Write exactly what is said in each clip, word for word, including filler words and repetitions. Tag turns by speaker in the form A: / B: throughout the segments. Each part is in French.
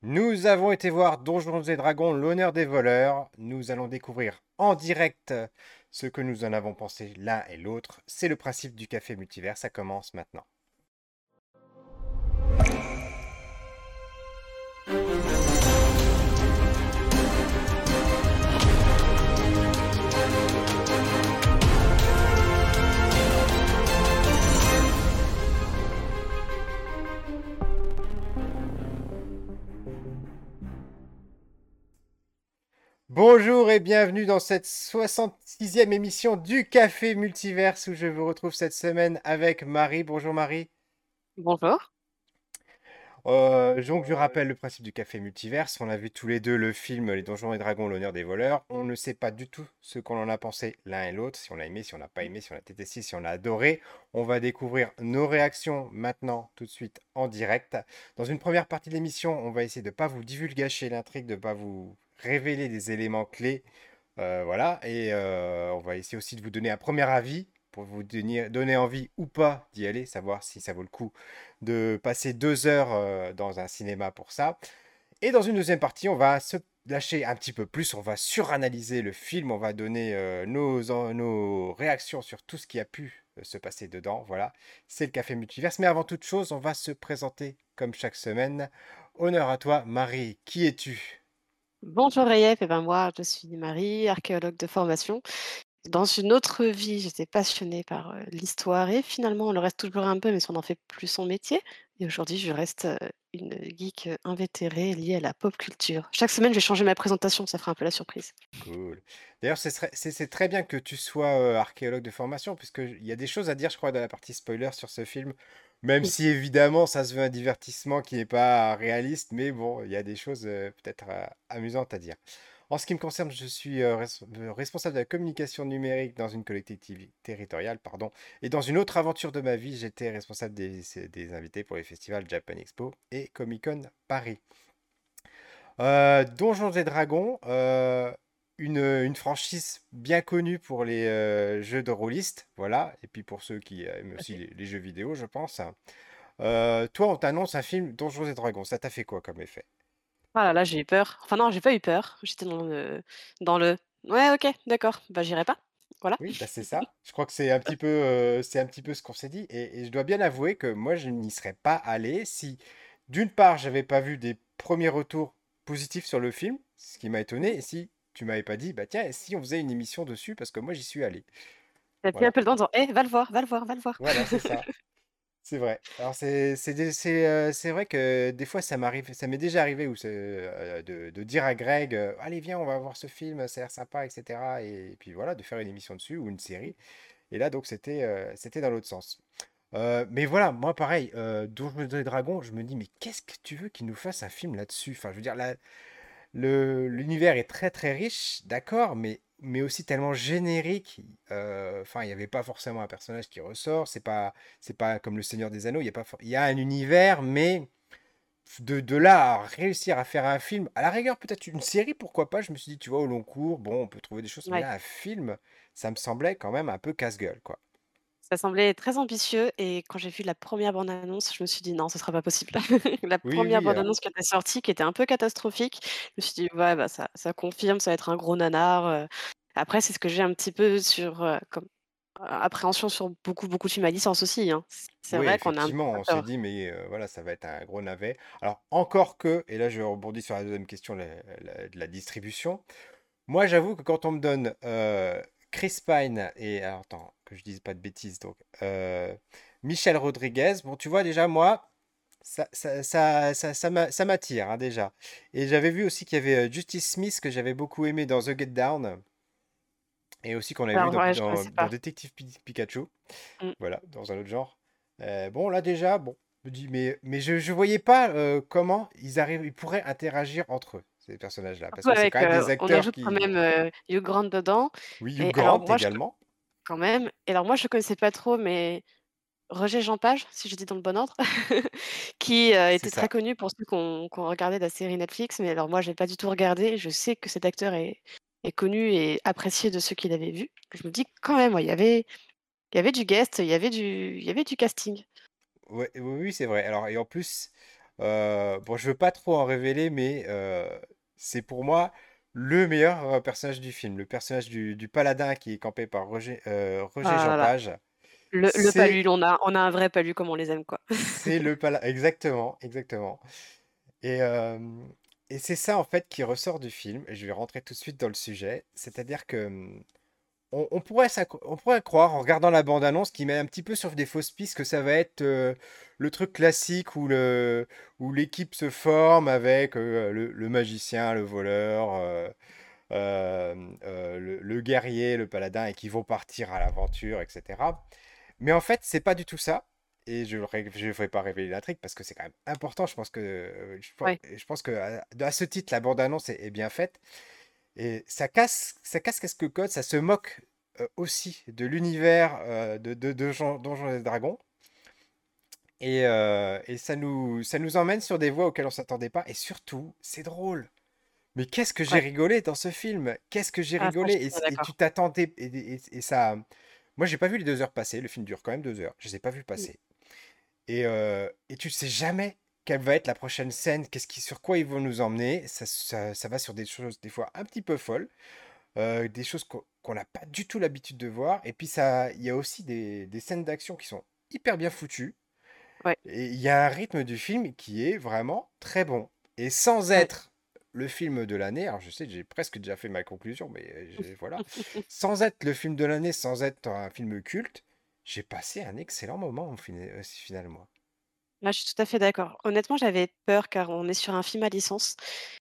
A: Nous avons été voir Donjons et Dragons, l'honneur des voleurs. Nous allons découvrir en direct ce que nous en avons pensé l'un et l'autre. C'est le principe du café multivers, ça commence maintenant. Bonjour et bienvenue dans cette soixante-sixième émission du Café Multiverse où je vous retrouve cette semaine avec Marie. Bonjour Marie.
B: Bonjour.
A: Euh, donc je rappelle le principe du Café Multiverse. On a vu tous les deux le film Les Donjons et Dragons, l'honneur des voleurs. On ne sait pas du tout ce qu'on en a pensé l'un et l'autre, si on a aimé, si on n'a pas aimé, si on a détesté, si on a adoré. On va découvrir nos réactions maintenant, tout de suite, en direct. Dans une première partie de l'émission, on va essayer de ne pas vous divulgacher l'intrigue, de ne pas vous révéler des éléments clés. Euh, voilà, et euh, on va essayer aussi de vous donner un premier avis pour vous donner, donner envie ou pas d'y aller, savoir si ça vaut le coup de passer deux heures euh, dans un cinéma pour ça. Et dans une deuxième partie, on va se lâcher un petit peu plus, on va suranalyser le film, on va donner euh, nos, en- nos réactions sur tout ce qui a pu euh, se passer dedans. Voilà, c'est le Café Multiverse. Mais avant toute chose, on va se présenter comme chaque semaine. Honneur à toi, Marie. Qui es-tu?
B: Bonjour Rayef, et ben moi je suis Marie, archéologue de formation. Dans une autre vie, j'étais passionnée par euh, l'histoire et finalement on le reste toujours un peu, mais on n'en fait plus son métier. Et aujourd'hui, je reste euh, une geek euh, invétérée liée à la pop culture. Chaque semaine, je vais changer ma présentation, ça fera un peu la surprise.
A: Cool. D'ailleurs, ce serait- c'est c'est très bien que tu sois euh, archéologue de formation, puisqu'il y a des choses à dire, je crois, dans la partie spoiler sur ce film. Même
B: Oui.
A: si, évidemment, ça se veut un divertissement qui n'est pas réaliste, mais bon, il y a des choses euh, peut-être euh, amusantes à dire. En ce qui me concerne, je suis euh, res- euh, responsable de la communication numérique dans une collectivité territoriale, pardon. Et dans une autre aventure de ma vie, j'étais responsable des, des invités pour les festivals Japan Expo et Comic Con Paris. Euh, Donjons et Dragons, euh, une, une franchise bien connue pour les euh, jeux de rôlistes, voilà, et puis pour ceux qui aiment aussi
B: Ok.
A: les, les jeux vidéo, je pense. Euh, toi, on t'annonce un film Donjons et Dragons, ça t'a fait quoi comme effet?
B: Ah là là, j'ai eu peur. Enfin non, j'ai pas eu peur. J'étais dans le... dans le... Ouais, ok, d'accord, bah j'irai pas. Voilà.
A: Oui, bah c'est ça. Je crois que c'est un petit peu, euh, c'est un petit peu ce qu'on s'est dit, et, et je dois bien avouer que moi, je n'y serais pas allé si, d'une part, j'avais pas vu des premiers retours positifs sur le film, ce qui m'a étonné, et si tu m'avais pas dit, bah tiens, et si on faisait une émission dessus, parce que moi, j'y suis allé.
B: J'ai pris un
A: Voilà.
B: peu le temps en disant, hé, va le voir, va le voir, va le voir.
A: Voilà, c'est ça. C'est vrai. Alors c'est c'est des- c'est euh, c'est vrai que des fois ça m'arrive, ça m'est déjà arrivé où c'est, euh, de, de dire à Greg, euh, allez viens, on va voir ce film, ça a l'air sympa, et cetera. Et, puis voilà, de faire une émission dessus ou une série. Et là donc c'était euh, c'était dans l'autre sens. Euh, mais voilà, moi pareil, euh, Donjons et Dragons, je me dis mais qu'est-ce que tu veux qu'ils nous fassent un film là-dessus? Enfin, je veux dire là, le, l'univers est très très riche, d'accord, mais, mais aussi tellement générique. euh, Enfin, il n'y avait pas forcément un personnage qui ressort. C'est pas, c'est pas comme le Seigneur des Anneaux. Il y a pas, for- il y a un univers, mais de, de là à réussir à faire un film, à la rigueur peut-être une série, pourquoi pas. Je me suis dit, tu vois, au long cours, bon, on peut trouver des choses, mais
B: Ouais.
A: là, un film, ça me semblait quand même un peu casse-gueule, quoi.
B: Ça semblait très ambitieux et quand j'ai vu la première bande annonce, je me suis dit: «Non, ce sera pas possible». La
A: Oui,
B: première
A: oui,
B: bande
A: alors.
B: annonce qui était sortie, qui était un peu catastrophique, je me suis dit: «Ouais, bah, ça ça confirme, ça va être un gros nanar», heu. Après, c'est ce que j'ai un petit peu sur, heu, comme a appréhension sur beaucoup, beaucoup de films à licence aussi, hein. C'est
A: Oui,
B: vrai qu'on a un petit
A: effectivement,
B: peu
A: on s'est
B: peur.
A: dit, mais euh, voilà, ça va être un gros navet. Alors, encore que, et là je rebondis sur la deuxième question la- la- de la distribution. Moi, j'avoue que quand on me donne euh, Chris Pine et alors, attends, que je dise pas de bêtises, donc euh, Michel Rodriguez, bon, tu vois déjà moi, ça, ça, ça, ça, ça m'a- ça m'attire hein, déjà. Et j'avais vu aussi qu'il y avait euh, Justice Smith que j'avais beaucoup aimé dans The Get Down et aussi qu'on avait vu
B: Alors
A: dans,
B: ouais, je
A: dans,
B: connaissais
A: dans
B: pas.
A: Détective Pi- Pikachu,
B: Mmh.
A: voilà, dans un autre genre. Euh, bon, là déjà, bon, je me dis, mais, mais je, je voyais pas euh, comment ils arrivent, ils pourraient interagir entre eux, ces personnages-là, parce
B: Surtout
A: que c'est quand
B: avec,
A: même
B: heu,
A: des
B: on
A: acteurs
B: ajoute quand
A: qui,
B: même, heu, Hugh Grant dedans
A: oui, Hugh
B: et alors
A: Grant
B: moi je
A: également.
B: quand même et alors moi je connaissais pas trop mais Roger Jean Page, si je dis dans le bon ordre, qui, heu,
A: C'est
B: était très
A: ça.
B: connu pour ceux qui ont qui ont regardé la série Netflix, mais alors moi j'ai pas du tout regardé. Je sais que cet acteur est est connu et apprécié de ceux qui l'avaient vu. Je me dis quand même, ouais, il y avait il y avait du guest, il y avait du il y avait du casting.
A: Ouais, oui, oui, c'est vrai. Alors, et en plus, Heu, bon, je veux pas trop en révéler, mais heu, c'est pour moi le meilleur, heu, personnage du film. Le personnage du du paladin qui est campé par Roger, heu, Roger
B: Ah
A: Jean
B: là là,
A: Page,
B: le le
A: c'est
B: palu, on a on a un vrai palu comme on les aime, quoi.
A: c'est le pala exactement, exactement et hem et c'est ça, en fait, qui ressort du film et je vais rentrer tout de suite dans le sujet. C'est-à-dire que, mmh, on on pourrait s'accro on pourrait croire en regardant la bande annonce qui met un petit peu sur des fausses pistes que ça va être, heu, le truc classique où le où l'équipe se forme avec, heu, le le magicien, le voleur, heu, hem, heu, le le guerrier, le paladin et qui vont partir à l'aventure et cetera. Mais en fait, c'est pas du tout ça et je ré je vais pas révéler l'intrigue parce que c'est quand même important. Je pense que, heu, je pen
B: Ouais,
A: je pense qu'à à ce titre, la bande annonce est est bien faite et ça casse ça casse quelques codes, ça se moque, heu, aussi de l'univers, heu, de de de Jon Donjons et Dragons et heu et ça nous ça nous emmène sur des voies auxquelles on s'attendait pas et surtout, c'est drôle. Mais qu'est-ce que j'ai
B: ouais.
A: rigolé dans ce film! Qu'est-ce que j'ai
B: Ah ça, je
A: rigolé
B: suis
A: et
B: bien
A: c et tu
B: d'accord.
A: t'attendais et et et ça moi, j'ai pas vu les deux heures passer, le film dure quand même deux heures, je les ai pas vues
B: Mmh.
A: passer et heu et tu sais jamais quelle va être la prochaine scène, qu'est-ce qui sur quoi ils vont nous emmener. Ça ça ça va sur des choses, des fois, un petit peu folles. Heu, des choses qu'on qu'on n'a pas du tout l'habitude de voir et puis ça il y a aussi des des scènes d'action qui sont hyper bien foutues
B: Ouais,
A: et il y a un rythme du film qui est vraiment très bon et sans
B: ouais.
A: être le film de l'année, alors je sais que j'ai presque déjà fait ma conclusion, mais heu, j'ai voilà. Sans être le film de l'année, sans être un film culte, j'ai passé un excellent moment au fina heu, finalement.
B: Là, je suis tout à fait d'accord. Honnêtement, j'avais peur car on est sur un film à licence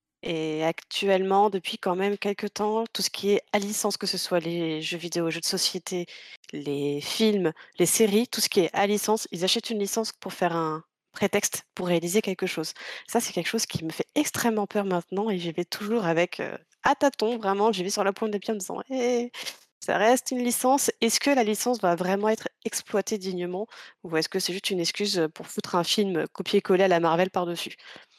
B: et actuellement, depuis quand même quelque temps, tout ce qui est à licence, que ce soit les jeux vidéo, jeux de société, les films, les séries, tout ce qui est à licence, ils achètent une licence pour faire un prétexte pour réaliser quelque chose. Ça, c'est quelque chose qui me fait extrêmement peur maintenant et j'y vais toujours avec, heu, à tâtons, vraiment, j'y vais sur la pointe des pieds en me disant: «Eh, ça reste une licence. Est-ce que la licence va vraiment être exploitée dignement ou est-ce que c'est juste une excuse, pour foutre un film copié-collé à la Marvel par-dessus?»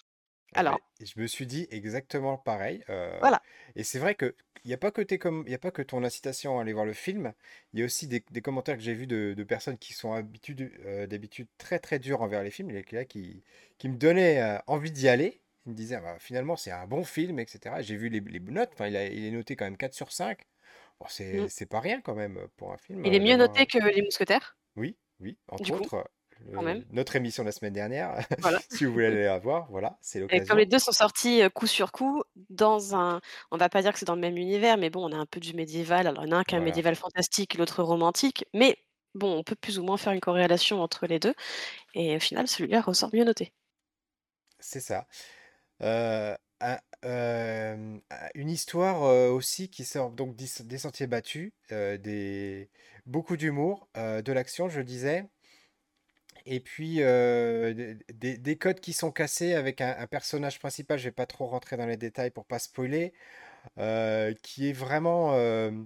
A: Eh beh,
B: Alors
A: je me suis dit exactement pareil, heu
B: voilà.
A: et c'est vrai qu'il y a pas que tes com il y a pas que ton incitation à aller voir le film, il y a aussi des des commentaires que j'ai vus de de personnes qui sont habitudes, heu, d'habitude très, très dures envers les films et qui là qui qui me donnaient, heu, envie d'y aller. Ils me disaient: «Ah bah, finalement, c'est un bon film» et cetera. J'ai vu les les notes, enfin, il a il est noté quand même quatre sur cinq. Bon, c'est
B: Mmh.
A: c'est pas rien quand même, pour un film,
B: Il est
A: heu,
B: mieux
A: d'avoir,
B: noté que Les Mousquetaires,
A: oui, oui, entre
B: du coup,
A: autres,
B: quand
A: heu,
B: même.
A: notre émission de la semaine dernière,
B: Voilà.
A: si vous voulez aller la voir, voilà, c'est
B: Et comme les
A: l'occasion.
B: deux sont sortis, heu, coup sur coup, dans un on va pas dire que c'est dans le même univers, mais bon, on a un peu du médiéval. Alors, il y en a un qui est un
A: Voilà,
B: médiéval fantastique, l'autre romantique, mais bon, on peut plus ou moins faire une corrélation entre les deux. Et au final, celui-là ressort mieux noté.
A: c'est ça. Heu, un hem, un une histoire, heu, aussi qui sort donc des des sentiers battus, heu, des beaucoup d'humour, heu, de l'action, je disais et puis, heu, des des des codes qui sont cassés avec un un personnage principal, je vais pas trop rentrer dans les détails pour pas spoiler, heu, qui est vraiment, hem,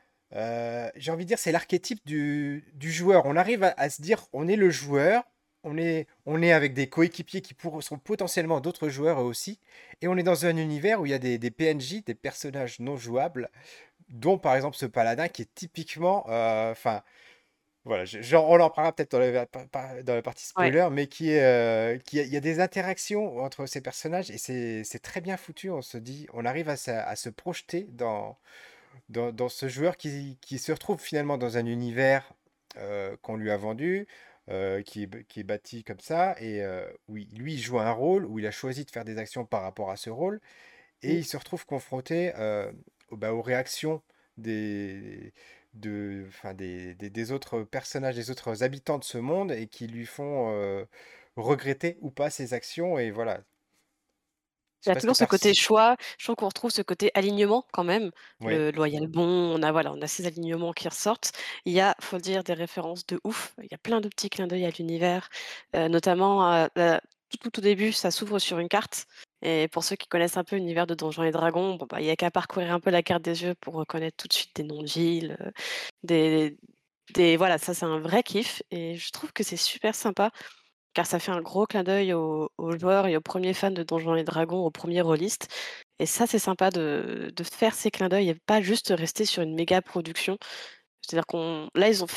A: heu, j'ai envie de dire, c'est l'archétype du du joueur. On arrive à à se dire: «On est le joueur, on est on est avec des coéquipiers qui pour sont potentiellement d'autres joueurs eux aussi et on est dans un univers où il y a des des P N J, des personnages non jouables, dont par exemple ce paladin qui est typiquement, heu, enfin voilà, je genre on en parlera peut-être dans la pa pa dans la partie
B: Ouais.
A: spoiler, mais qui est, heu, qui a il y a des interactions entre ces personnages et c'est c'est très bien foutu. On se dit on arrive à se à se projeter dans dans dans ce joueur qui qui se retrouve finalement dans un univers, heu, qu'on lui a vendu, heu, qui est b qui est bâti comme ça et heu, où il lui, il joue un rôle, où il a choisi de faire des actions par rapport à ce rôle et
B: Mmh.
A: il se retrouve confronté, heu, aux, bah, aux réactions des de enfin des des des autres personnages, des autres habitants de ce monde et qui lui font, heu, regretter ou pas ses actions et voilà. Je
B: Il
A: sais
B: y a
A: pas ce que
B: toujours
A: tu
B: ce
A: as
B: côté
A: ressenti?
B: choix. Je trouve qu'on retrouve ce côté alignement quand même.
A: Oui,
B: Le loyal bon, on a voilà, on a ces alignements qui ressortent. Il y a, faut le dire, des références de ouf. Il y a plein de petits clins d'œil à l'univers, heu, notamment, heu, la tout, tout au début, ça s'ouvre sur une carte et pour ceux qui connaissent un peu l'univers de Donjons et Dragons, bon, bah, il y a qu'à parcourir un peu la carte des yeux pour reconnaître tout de suite des noms de villes, heu, des des voilà, ça c'est un vrai kiff et je trouve que c'est super sympa car ça fait un gros clin d'œil aux aux joueurs et aux premiers fans de Donjons et Dragons, aux premiers rôlistes et ça, c'est sympa de de faire ces clins d'œil et pas juste rester sur une méga production. C'est-à-dire qu'on là, ils ont fait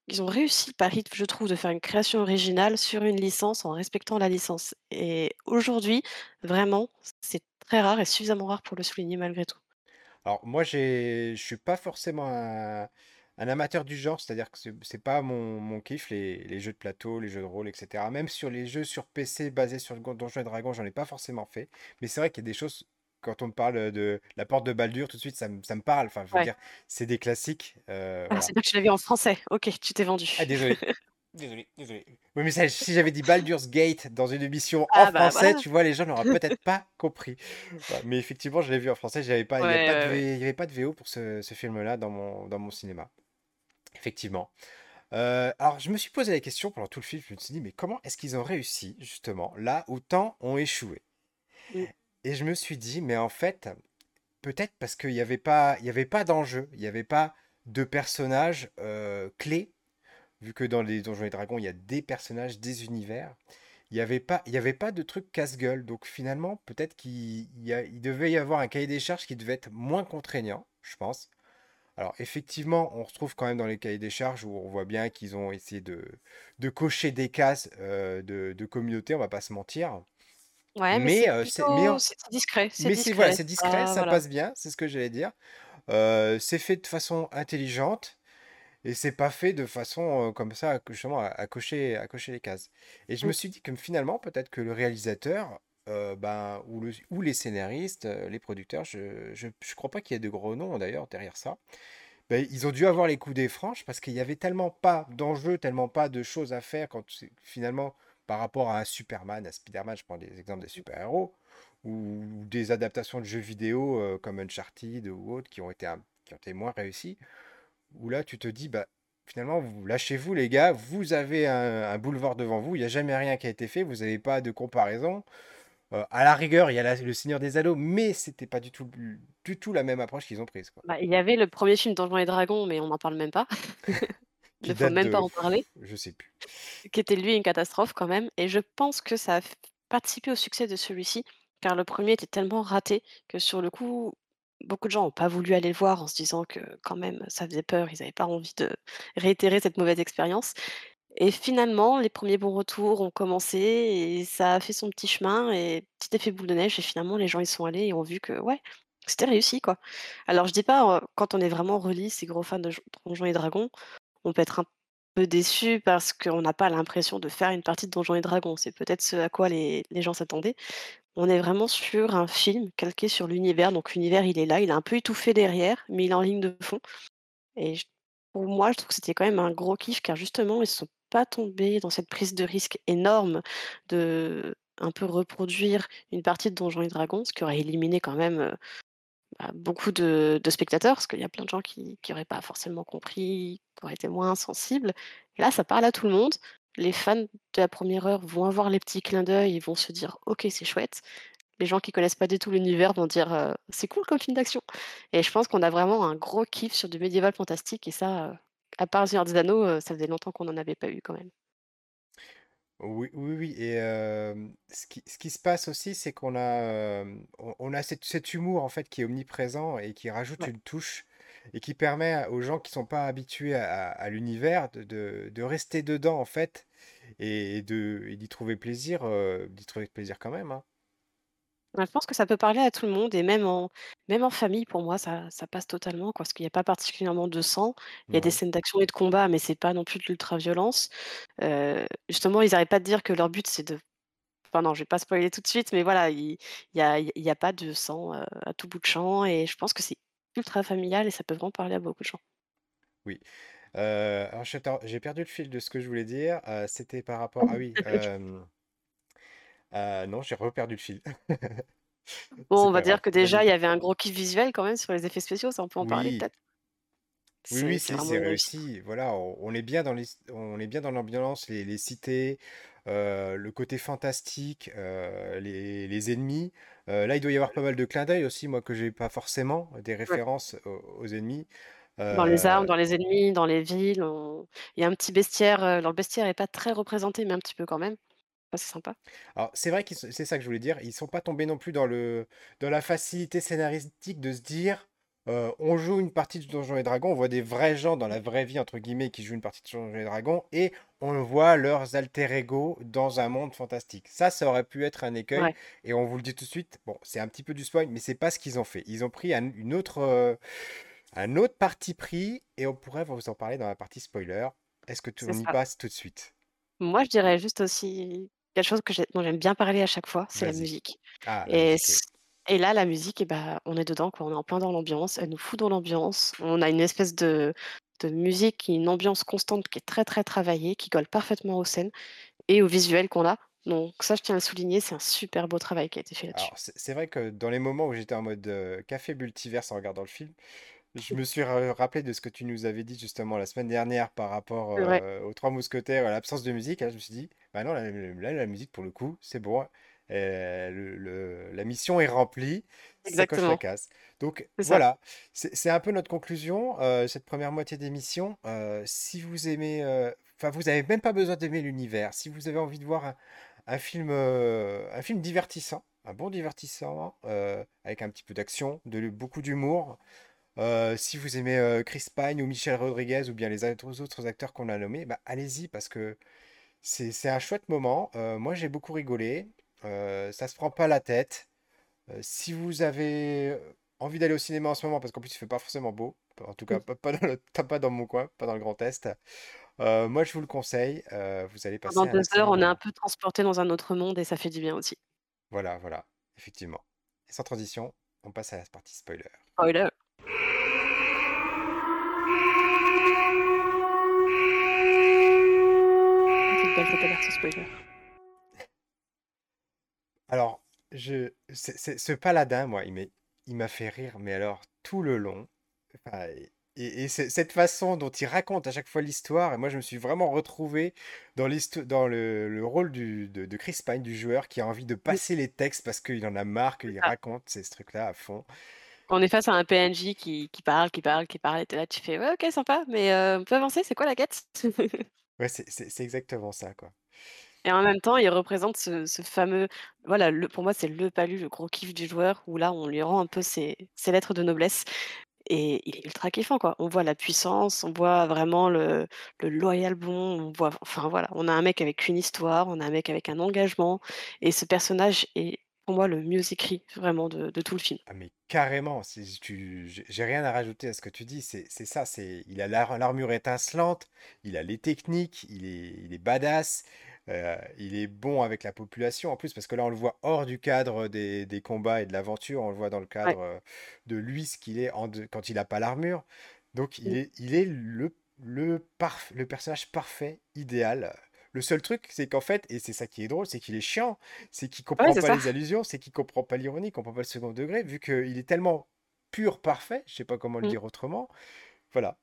B: Ils ont réussi, pari, je trouve, de faire une création originale sur une licence en respectant la licence et aujourd'hui, vraiment, c'est très rare et suffisamment rare pour le souligner malgré tout.
A: Alors moi j'ai je suis pas forcément un, un amateur du genre, c'est-à-dire que c'est c'est pas mon, mon kiff, les, les jeux de plateau, les jeux de rôle, et cetera. Même sur les jeux sur P C basés sur le Gon- Donjons et Dragons, j'en ai pas forcément fait. Mais c'est vrai qu'il y a des choses, quand on me parle de la porte de Baldur, tout de suite ça me, ça me parle. Enfin, je veux
B: Ouais.
A: dire, c'est des classiques. euh,
B: Ah,
A: voilà.
B: c'est bien que tu l'as vu en français. OK, tu t'es
A: Ah,
B: vendu.
A: désolé. Désolé, désolé. Oui, mais ça, si j'avais dit Baldur's Gate dans une émission en
B: Ah bah,
A: français,
B: voilà.
A: tu vois, les gens n'auraient peut-être pas compris. Voilà. Mais effectivement, je l'ai vu en français. J'avais pas, il y a
B: Ouais,
A: pas de
B: ouais, ouais.
A: V- il y avait pas de V O pour ce, ce film-là dans mon, dans mon cinéma. Effectivement. Euh, alors, je me suis posé la question pendant tout le film. Je me suis dit, mais comment est-ce qu'ils ont réussi, justement, là où tant ont échoué?
B: Mmh.
A: Et je me suis dit, mais en fait, peut-être parce qu'il n'y avait pas, il y avait pas d'enjeu, il n'y avait pas de personnages euh, clés, vu que dans les Donjons et Dragons, il y a des personnages, des univers. Il n'y avait pas, il y avait pas de truc casse-gueule. Donc finalement, peut-être qu'il y a- il devait y avoir un cahier des charges qui devait être moins contraignant, je pense. Alors effectivement, on retrouve quand même dans les cahiers des charges où on voit bien qu'ils ont essayé de, de cocher des cases euh, de, de communauté, on va pas se mentir.
B: Ouais, mais
A: Mais
B: c'est
A: euh, c'est, mais,
B: plutôt
A: en-
B: c'est c'est discret, c'est
A: mais c'est voilà,
B: discret,
A: c'est
B: c'est
A: discret,
B: pas
A: ça
B: voilà.
A: passe bien, c'est ce que j'allais dire. Euh, c'est fait de façon intelligente. Et c'est pas fait de façon euh, comme ça, à- justement, à, à cocher, à cocher les cases. Et je me
B: Mmh.
A: suis dit que finalement, peut-être que le réalisateur, euh, ben, ou, le- ou les scénaristes, euh, les producteurs, je, je, je crois pas qu'il y ait de gros noms d'ailleurs derrière ça, ben, ils ont dû avoir les coups des franches parce qu'il y avait tellement pas d'enjeux, tellement pas de choses à faire quand c'est- finalement, par rapport à un Superman, à Spider-Man, je prends des exemples des super-héros, ou, ou des adaptations de jeux vidéo euh, comme Uncharted ou autres qui ont été, un- qui ont été moins réussis où là tu te dis, bah finalement, vous lâchez-vous les gars, vous avez un, un boulevard devant vous, il n'y a jamais rien qui a été fait, vous n'avez pas de comparaison. Euh, à la rigueur, il y a la- le Seigneur des Anneaux, mais c'était pas du tout, du tout la même approche qu'ils ont prise, quoi.
B: Bah, il y avait le premier film Donjons et Dragons, mais on n'en parle même pas. Il
A: Qui
B: ne faut
A: date
B: même pas
A: de,
B: en parler,
A: je sais plus.
B: qui était lui une catastrophe quand même et je pense que ça a f participé au succès de celui-ci, car le premier était tellement raté que sur le coup, beaucoup de gens ont pas voulu aller le voir en se disant que quand même ça faisait peur, ils avaient pas envie de réitérer cette mauvaise expérience et finalement les premiers bons retours ont commencé et ça a fait son petit chemin et petit effet boule de neige et finalement les gens y sont allés et ont vu que ouais, c'était réussi quoi. Alors je dis pas, heu, quand on est vraiment release et gros fan de jon Donjons et Dragons, on peut être un peu déçu parce qu'on n'a pas l'impression de faire une partie de Donjons et Dragons. C'est peut-être ce à quoi les les gens s'attendaient. On est vraiment sur un film calqué sur l'univers, donc l'univers, il est là, il est un peu étouffé derrière, mais il est en ligne de fond et j pour moi, je trouve que c'était quand même un gros kiff car justement, ils sont pas tombés dans cette prise de risque énorme de un peu reproduire une partie de Donjons et Dragons, ce qui aurait éliminé quand même, heu, bah, beaucoup de de spectateurs, parce qu'il y a plein de gens qui qui auraient pas forcément compris, qui auraient été moins sensibles. Et là, ça parle à tout le monde. Les fans de la première heure vont avoir les petits clins d'œil, ils vont se dire: «OK, c'est chouette». Les gens qui connaissent pas du tout l'univers vont dire, heu: «C'est cool comme film d'action» et je pense qu'on a vraiment un gros kiff sur du médiéval fantastique et ça, heu, à part Le Seigneur des Anneaux, heu, ça faisait longtemps qu'on en avait pas eu quand même.
A: Oui, oui, oui. Et euh, ce qui, ce qui se passe aussi, c'est qu'on a, euh, on, on a cet, cet humour en fait qui est omniprésent et qui rajoute
B: Ouais.
A: une touche et qui permet à- aux gens qui sont pas habitués à, à l'univers de, de, de rester dedans en fait et, de, et d'y trouver plaisir, euh, d'y trouver plaisir quand même, hein.
B: Ouais, je pense que ça peut parler à tout le monde et même en même en famille pour moi ça ça passe totalement quoi, parce qu'il y a pas particulièrement de sang. Il y a des
A: Non.
B: scènes d'action et de combat, mais c'est pas non plus de l'ultra-violence. Heu, justement, ils arrêtent pas de dire que leur but c'est de enfin non, je vais pas spoiler tout de suite, mais voilà, il il y a il y a pas de sang, heu, à tout bout de champ et je pense que c'est ultra familial et ça peut vraiment parler à beaucoup de gens.
A: Oui. Euh, alors je t'en- j'ai perdu le fil de ce que je voulais dire. Euh, c'était par rapport. Ah oui. euh, euh, non, j'ai reperdu le fil.
B: Bon,
A: C'est
B: on va
A: pas
B: dire
A: grave.
B: que déjà,
A: Vas-y.
B: il y avait un gros kiff visuel quand même sur les effets spéciaux, ça on peut en parler
A: Oui.
B: peut-être?
A: Oui,
B: C'est
A: oui,
B: c'est
A: c'est
B: vraiment
A: c'est
B: une réussite.
A: réussi. Voilà, on, on est bien dans les, on est bien dans l'ambiance, les, les cités, euh, le côté fantastique, euh, les, les ennemis. Euh, là, il doit y avoir pas mal de clins d'œil aussi, moi, que j'ai pas forcément des
B: Ouais.
A: références aux, aux ennemis.
B: Dans les armes,
A: Euh,
B: dans les ennemis, dans les villes, on il y a un petit bestiaire, heu, alors le bestiaire est pas très représenté, mais un petit peu quand même. Ça, c'est sympa.
A: alors, c'est vrai qu'ils, sont- c'est ça que je voulais dire. Ils sont pas tombés non plus dans le, dans la facilité scénaristique de se dire. Euh, on joue une partie de Donjons et Dragons, on voit des vrais gens dans la vraie vie, entre guillemets, qui jouent une partie de Donjons et Dragons, et on voit leurs alter ego dans un monde fantastique. Ça, ça aurait pu être un écueil,
B: Ouais,
A: et on vous le dit tout de suite, bon, c'est un petit peu du spoil, mais c'est pas ce qu'ils ont fait. Ils ont pris un, une autre, euh, un autre parti pris, et on pourrait vous en parler dans la partie spoiler. Est-ce que tu,
B: c'est
A: on y
B: ça.
A: passe tout de suite?
B: Moi, je dirais juste aussi quelque chose que j'ai dont j'aime bien parler à chaque fois, c'est la
A: Vas-y.
B: musique
A: Ah, la
B: et
A: musique,
B: s
A: oui.
B: et là, la musique et bah, on est dedans quoi, on est en plein dans l'ambiance, elle nous fout dans l'ambiance. On a une espèce de de musique, qui une ambiance constante qui est très, très travaillée, qui colle parfaitement aux scènes et au visuel qu'on a. Donc ça, je tiens à le souligner, c'est un super beau travail qui a été fait
A: Alors,
B: là-dessus.
A: c'est c'est vrai que dans les moments où j'étais en mode euh, café multiverse en regardant le film, je me suis ra- rappelé de ce que tu nous avais dit justement la semaine dernière par rapport
B: C'est vrai,
A: euh, aux Trois Mousquetaires, à l'absence de musique. Hein, je me suis dit, bah non, là, là, la musique pour le coup, c'est bon. Euh, le- le- la mission est remplie, ça coche la
B: exactement,
A: case. Donc
B: c'est ça.
A: voilà, c'est c'est un peu notre conclusion, euh, cette première moitié d'émission. Euh, si vous aimez, euh, enfin vous n'avez même pas besoin d'aimer l'univers. Si vous avez envie de voir un, un film, euh, un film divertissant, un bon divertissement, euh, avec un petit peu d'action, de beaucoup d'humour. Euh, si vous aimez euh, Chris Pine ou Michel Rodriguez ou bien les autres autres acteurs qu'on a nommés, bah, allez-y parce que c'est c'est un chouette moment. Euh, moi, j'ai beaucoup rigolé. Euh, ça se prend pas la tête. Euh, si vous avez envie d'aller au cinéma en ce moment, parce qu'en plus il fait pas forcément beau, en tout cas
B: Mmh.
A: pas, pas dans le- pas dans mon coin, pas dans le Grand Est, euh, moi je vous le conseille. Euh, vous allez passer
B: Pendant
A: un
B: deux heures,
A: excellent
B: on est un
A: moment.
B: peu transporté dans un autre monde et ça fait du bien aussi.
A: Voilà, voilà, effectivement. Et sans transition, on passe à la partie spoiler.
B: Spoiler! Ah, c'est belle cette alerte spoiler.
A: Alors, je, c'est- c'est- ce paladin, moi, il m'a, il m'a fait rire, mais alors tout le long. Enfin, et, et c'est- cette façon dont il raconte à chaque fois l'histoire, et moi je me suis vraiment retrouvé dans l'histo- dans le, le rôle du, de, de Chris Pine, du joueur, qui a envie de
B: Mmh,
A: passer les textes parce qu'il en a marre,
B: c'est
A: qu'il
B: ça.
A: raconte ces trucs-là à fond.
B: Quand on est face à un P N J qui qui parle, qui parle, qui parle et tu es là, tu fais: «Ouais, OK, sympa, mais heu, on peut avancer, c'est quoi la quête?»
A: Ouais, c'est c'est- c'est exactement ça, quoi.
B: Et en même temps, il représente ce ce fameux voilà, le pour moi, c'est le palu, le gros kiff du joueur où là, on lui rend un peu ses ses lettres de noblesse et il est ultra kiffant, quoi. On voit la puissance, on voit vraiment le le loyal bon, on voit enfin voilà, on a un mec avec une histoire, on a un mec avec un engagement et ce personnage est pour moi le mieux écrit vraiment de de tout le film.
A: Ah mais carrément, si tu, j'ai j'ai rien à rajouter à ce que tu dis, c'est c'est ça, c'est, il a l'ar- l'armure étincelante, il a les techniques, il est, il est badass, euh, il est bon avec la population en plus, parce que là on le voit hors du cadre des, des combats et de l'aventure, on le voit dans le
B: Ouais.
A: cadre euh, de lui, ce qu'il est en de- quand il n'a pas l'armure, donc il
B: Mmh.
A: est, il est le, le, parf- le personnage parfait, idéal. Le seul truc, c'est qu'en fait, et c'est ça qui est drôle, c'est qu'il est chiant, c'est qu'il
B: Ouais,
A: comprend
B: c'est
A: pas
B: ça.
A: les allusions, c'est qu'il comprend pas l'ironie, il comprend pas le second degré, vu qu'il est tellement pur, parfait, je sais pas comment le
B: Mmh.
A: dire autrement. Voilà.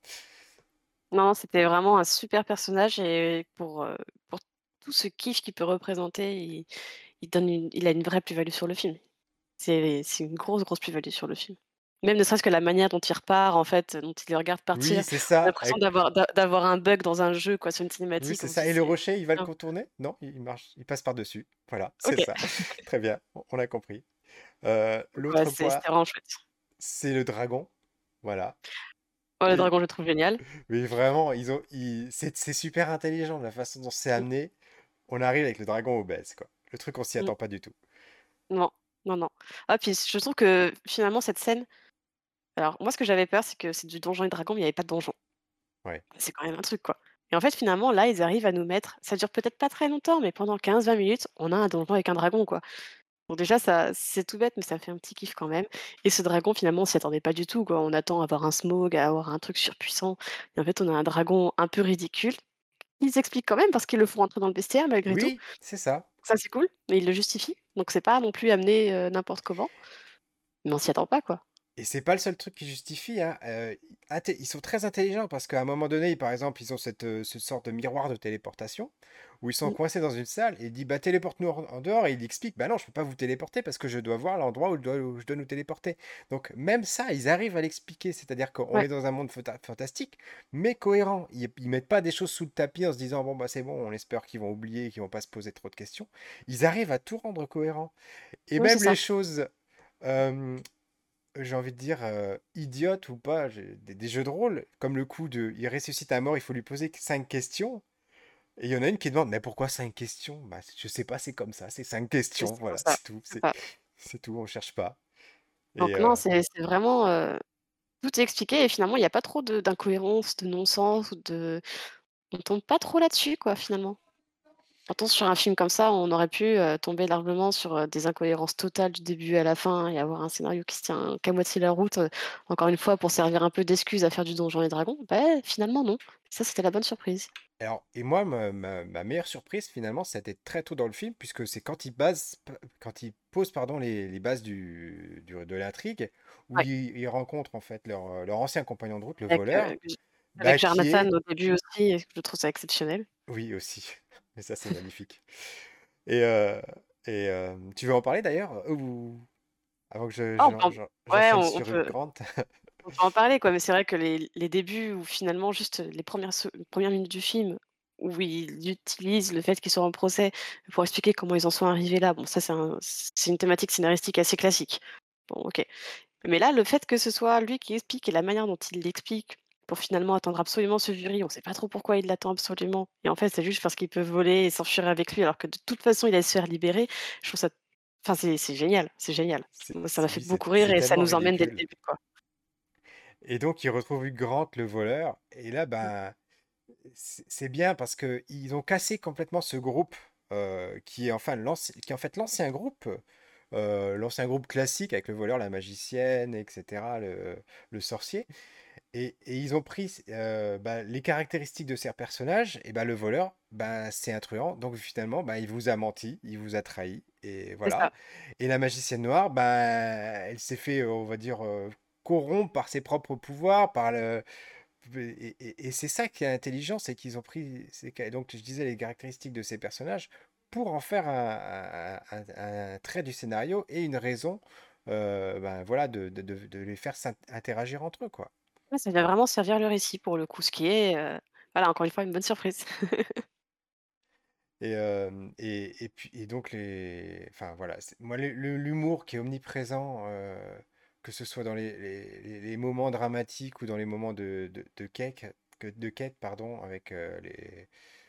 B: Non, c'était vraiment un super personnage et pour, heu, pour tout ce kiff qu'il peut représenter, il il donne une il a une vraie plus-value sur le film. C'est c'est une grosse, grosse plus-value sur le film. Même ne serait-ce que la manière dont il repart, en fait, dont il les regarde
A: Oui,
B: partir,
A: c'est
B: on a
A: ça.
B: l'impression
A: avec-
B: d'avoir d'a d'avoir un bug dans un jeu, quoi, sur une
A: Oui,
B: cinématique,
A: c'est
B: on se
A: ça.
B: dit:
A: Et le
B: «C'est
A: rocher, il va le
B: bien».
A: contourner? Non, il il marche, il passe par-dessus. Voilà, c'est
B: OK.
A: ça. Très bien, on on a compris. Euh,
B: Donc ouais,
A: l'autre
B: c'est
A: point,
B: c'était vraiment chouette.
A: c'est le dragon. Voilà.
B: Ouais, le
A: Et
B: dragon, je le trouve génial.
A: oui, vraiment, ils ont, ils- c'est c'est super intelligent la façon dont c'est
B: Mmh,
A: amené. On arrive avec le dragon obèse, quoi. Le truc, on s'y
B: mmh.
A: attend pas du tout.
B: Non, non, non. Ah puis je trouve que finalement cette scène alors moi ce que j'avais peur, c'est que c'est du Donjons& et Dragons, mais il y avait pas de donjon.
A: Ouais.
B: C'est quand même un truc, quoi. Et en fait, finalement, là, ils arrivent à nous mettre ça dure peut-être pas très longtemps, mais pendant quinze vingt minutes, on a un donjon avec un dragon, quoi. Donc déjà, ça c'est tout bête, mais ça fait un petit kiff quand même. Et ce dragon, finalement, on s'y attendait pas du tout, quoi. On attend à avoir un Smaug, à avoir un truc surpuissant et en fait, on a un dragon un peu ridicule. Ils expliquent quand même parce qu'ils le font rentrer dans le bestiaire malgré tout.
A: Oui, c'est ça.
B: Ça, c'est cool, mais ils le justifient. Donc c'est pas non plus amené, heu, n'importe comment, mais on s'y attend pas, quoi.
A: Et c'est pas le seul truc qui justifie, hein. Euh, inté- ils sont très intelligents parce qu'à un moment donné, par exemple, ils ont cette, euh, ce sorte de miroir de téléportation où ils sont
B: Mmh.
A: coincés dans une salle et il dit bah téléporte-nous en, en dehors et il explique bah non, je peux pas vous téléporter parce que je dois voir l'endroit où, je dois où je dois nous téléporter. Donc même ça, ils arrivent à l'expliquer, c'est-à-dire qu'on
B: Ouais,
A: est dans un monde fanta- fantastique mais cohérent. Ils, ils mettent pas des choses sous le tapis en se disant bon bah c'est bon, on espère qu'ils vont oublier, qu'ils vont pas se poser trop de questions. Ils arrivent à tout rendre cohérent et
B: oui, c'est
A: même les
B: ça.
A: choses. euh, j'ai envie de dire, euh, idiotes ou pas, j'ai- des, des jeux de rôle, comme le coup de il ressuscite un mort, il faut lui poser que cinq questions. Et il y en a une qui demande, mais pourquoi cinq questions? Bah, je sais pas, c'est comme ça, c'est cinq
B: Oui,
A: questions,
B: c'est comme
A: voilà,
B: ça,
A: c'est tout,
B: c'est
A: c'est
B: ça.
A: c'est tout, on cherche pas. Et
B: Donc non,
A: euh,
B: c'est c'est vraiment, heu, tout est expliqué et finalement il y a pas trop de d'incohérences, de non-sens ou de on tombe pas trop là-dessus quoi, finalement. Pourtant sur un film comme ça, on aurait pu, heu, tomber largement sur, heu, des incohérences totales du début à la fin et avoir un scénario qui se tient qu'à moitié la route, heu, encore une fois pour servir un peu d'excuse à faire du Donjons et Dragons. Bah, finalement non. Ça, c'était la bonne surprise.
A: alors, et moi, ma, ma- ma meilleure surprise, finalement, c'était très tôt dans le film, puisque c'est quand il base, quand il pose, pardon, les, les bases du, du- de l'intrigue, où
B: Ouais,
A: il, il rencontre en fait leur, euh, leur ancien compagnon de route, le
B: avec,
A: voleur,
B: heu, J
A: bah
B: avec
A: qui
B: Jonathan
A: est,
B: au début aussi et je trouve ça exceptionnel.
A: oui aussi, mais ça c'est magnifique. Et, euh, et euh, tu veux en parler d'ailleurs, ou avant que je,
B: Ah on
A: j'en-
B: peut
A: j'en-
B: en ouais,
A: j'enchaîne
B: on on
A: sur Hugh
B: peut
A: Grant?
B: on peut en parler quoi, mais c'est vrai que les les débuts où finalement juste les premières se premières minutes du film, où ils utilisent le fait qu'ils soient en procès pour expliquer comment ils en sont arrivés là, bon ça c'est un c'est une thématique scénaristique assez classique. Bon OK. Mais là, le fait que ce soit lui qui explique et la manière dont il l'explique pour finalement attendre absolument ce jury, on sait pas trop pourquoi il l'attend absolument et en fait, c'est juste parce qu'il peut voler et s'enfuir avec lui alors que de toute façon, il allait se faire libérer. Je trouve ça enfin c'est c'est génial, c'est génial.
A: C'est,
B: Moi, ça m'a
A: c'est-
B: fait
A: oui, c'est
B: beaucoup rire
A: c'est
B: et ça
A: tellement
B: nous emmène dès le
A: ridicule.
B: début, quoi.
A: Et donc il retrouve Hugh Grant, le voleur, et là,
B: Mmh.
A: ben c'est c'est bien parce que ils ont cassé complètement ce groupe euh, qui est enfin l'anci- qui est en fait l'ancien groupe, euh, l'ancien groupe classique avec le voleur, la magicienne, et cetera, le, le sorcier. Et, et ils ont pris euh, bah, les caractéristiques de ces personnages. Et bah, le voleur, bah, c'est un truand, donc finalement, bah, il vous a menti, il vous a trahi, et
B: C'est
A: voilà.
B: ça.
A: Et la magicienne noire, bah, elle s'est fait, euh, on va dire, euh, corrompre par ses propres pouvoirs, par le, et, et- et c'est ça qui est intelligent, c'est qu'ils ont pris, c'est que- donc je disais les caractéristiques de ces personnages pour en faire un, un- un- un trait du scénario et une raison, euh, ben voilà, de, de- de- de les faire s'int- interagir entre eux, quoi.
B: Ouais, ça vient vraiment servir le récit pour le coup, ce qui est, heu, voilà, encore une fois, une bonne surprise.
A: Et, euh, et, et puis et donc les, enfin voilà, c'est- moi le- le- l'humour qui est omniprésent, euh, que ce soit dans les, les- les- les moments dramatiques ou dans les moments de, de, de quête, que- de quête, pardon, avec euh, les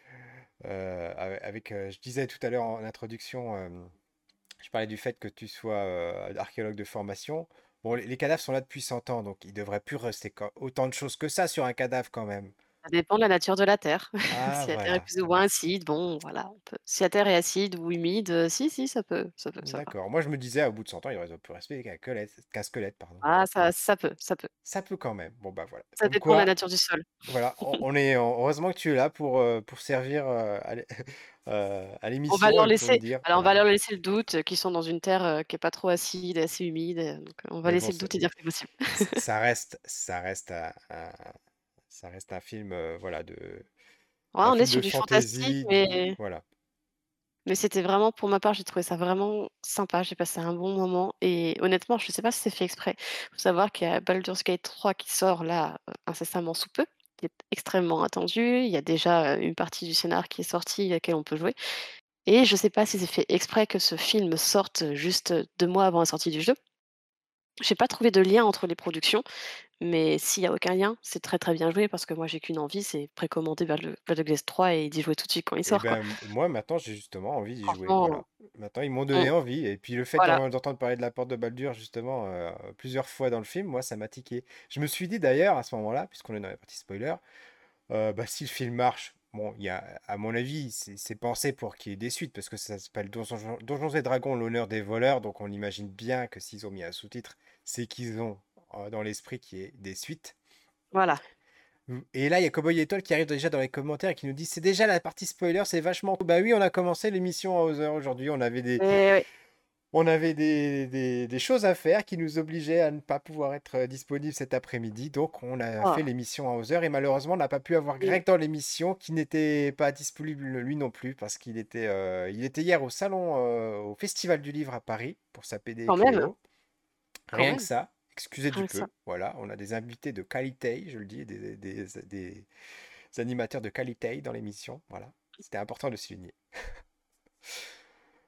A: Euh, ave- avec, euh, je disais tout à l'heure en introduction, euh, je parlais du fait que tu sois euh, archéologue de formation. Bon, les, les cadavres sont là depuis cent ans, donc il devrait plus rester co- autant de choses que ça sur un cadavre quand même.
B: Ça dépend de la nature de la terre.
A: Ah,
B: Si la terre est
A: voilà.
B: plus ou moins acide, bon, voilà, on peut si la terre est acide ou humide, heu, si, si, ça peut ça peut, ça va.
A: D'accord. Moi, je me disais, au bout de cent ans, il aurait plus rester qu'un squelette, qu'un squelette, pardon.
B: Ah ça ça peut, ça peut.
A: Ça peut quand même. Bon, bah voilà.
B: Ça
A: Comme
B: dépend de la
A: quoi,
B: nature du sol.
A: voilà, on, on est, heureusement que tu es là pour, euh, pour servir euh, à l'é- euh, à
B: On va
A: l'émission
B: leur
A: et pour nous
B: laisser
A: dire,
B: voilà, on va
A: voilà.
B: leur laisser le doute, heu, qu'ils sont dans une terre, heu, qui est pas trop acide et assez humide, heu, donc heu, on va
A: Mais bon,
B: laisser le
A: c'est-
B: doute et dire que c'est possible.
A: ça ça reste, ça reste un, un- ça reste un film, euh, voilà, de,
B: Ouais,
A: un
B: on est
A: film de
B: sur du fantastique,
A: fantaisie, du-
B: mais
A: voilà.
B: mais c'était vraiment pour ma part, j'ai trouvé ça vraiment sympa, j'ai passé un bon moment et honnêtement, je sais pas si c'est fait exprès. Faut savoir qu'il y a Baldur's Gate trois qui sort là, heu, incessamment sous peu, qui est extrêmement attendu. Il y a déjà, heu, une partie du scénar qui est sortie, laquelle on peut jouer et je sais pas si c'est fait exprès que ce film sorte, juste, deux mois avant la sortie du jeu. J'ai pas trouvé de lien entre les productions, mais s'il y a aucun lien, c'est très, très bien joué parce que moi j'ai qu'une envie, c'est précommander Baldu Baldur's Gate trois et d'y jouer tout de suite quand il
A: Et
B: sort, quoi.
A: ben moi maintenant j'ai justement envie d'y jouer,
B: Franchement,
A: voilà. Maintenant ils m'ont
B: mmh,
A: donné envie et puis le fait
B: voilà.
A: d'en- d'entendre parler de la porte de Baldur justement euh, plusieurs fois dans le film, moi ça m'a tiqué. Je me suis dit d'ailleurs à ce moment-là, puisqu'on est dans la partie spoiler, euh, bah si le film marche, bon il y a à mon avis c'est c'est pensé pour qu'il y ait des suites parce que ça s'appelle Donjons, Donjons et Dragons, l'honneur des voleurs, donc on imagine bien que s'ils ont mis un sous-titre, c'est qu'ils ont euh, dans l'esprit qu'il y ait des suites.
B: Voilà.
A: Mm. Et là, il y a Cowboy Étoile qui arrive déjà dans les commentaires et qui nous dit c'est déjà la partie spoiler, c'est vachement cool. Bah oui, on a commencé l'émission à onze heures aujourd'hui. On avait des,
B: Et oui,
A: on avait des, des- des choses à faire qui nous obligeaient à ne pas pouvoir être euh, disponibles cet après-midi. Donc, on a
B: oh,
A: fait l'émission à onze heures et malheureusement, on n'a pas pu avoir
B: et
A: Greg dans l'émission qui n'était pas disponible lui non plus parce qu'il était, euh, il était hier au salon, euh, au Festival du Livre à Paris pour sa P D
B: quand même,
A: Clio.
B: quand
A: Rien que
B: même,
A: ça, excusez du
B: rien que ça.
A: peu. Voilà, on a des invités de qualité, je le dis, des, des, des- animateurs de qualité dans l'émission. Voilà, c'était important de le souligner.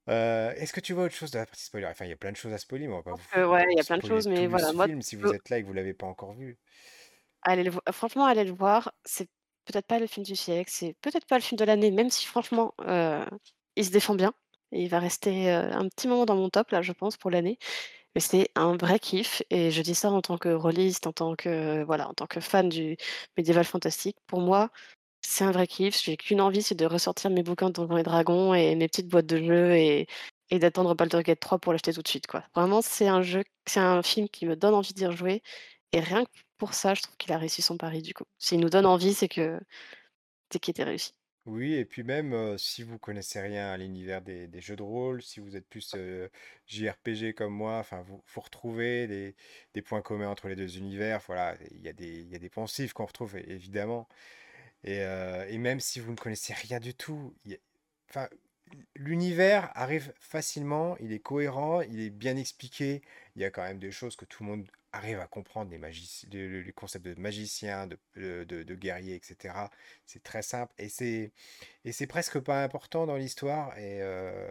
A: Heu, est-ce que tu vois autre chose dans la partie spoiler? Enfin, il y a plein de choses à spoiler, mais on va
B: Je
A: pas vous
B: pense que ouais, il y a plein de
A: spoiler
B: choses,
A: tout
B: mais
A: le
B: voilà, moi,
A: film si vous
B: peu
A: êtes là et que vous l'avez pas encore vu.
B: allez le voi franchement, allez le voir, c'est peut-être pas le film du siècle, c'est peut-être pas le film de l'année, même si franchement, heu, il se défend bien et il va rester, heu, un petit moment dans mon top là, je pense, pour l'année. Mais c'est un vrai kiff et je dis ça en tant que rôliste, en tant que, voilà, en tant que fan du médiéval fantastique. Pour moi, c'est un vrai kiff. J'ai qu'une envie, c'est de ressortir mes bouquins de Donjons et Dragons et mes petites boîtes de jeux et et d'attendre Baldur's Gate trois pour l'acheter tout de suite, quoi. Vraiment, c'est un jeu c'est un film qui me donne envie d'y rejouer et rien que pour ça, je trouve qu'il a réussi son pari, du coup. S'il nous donne envie, c'est que c'est qu'il était réussi.
A: Oui et puis même, heu, si vous connaissez rien à l'univers des des jeux de rôle, si vous êtes plus, heu, J R P G comme moi, enfin vous vous retrouvez des des points communs entre les deux univers, voilà, il y a des il y a des poncifs qu'on retrouve é évidemment et heu et même si vous ne connaissez rien du tout, il y a enfin, l'univers arrive facilement, il est cohérent, il est bien expliqué. Il y a quand même des choses que tout le monde arrive à comprendre, les magici le le les concepts de magicien, de de de de guerrier et cetera. C'est très simple et c'est et c'est presque pas important dans l'histoire et heu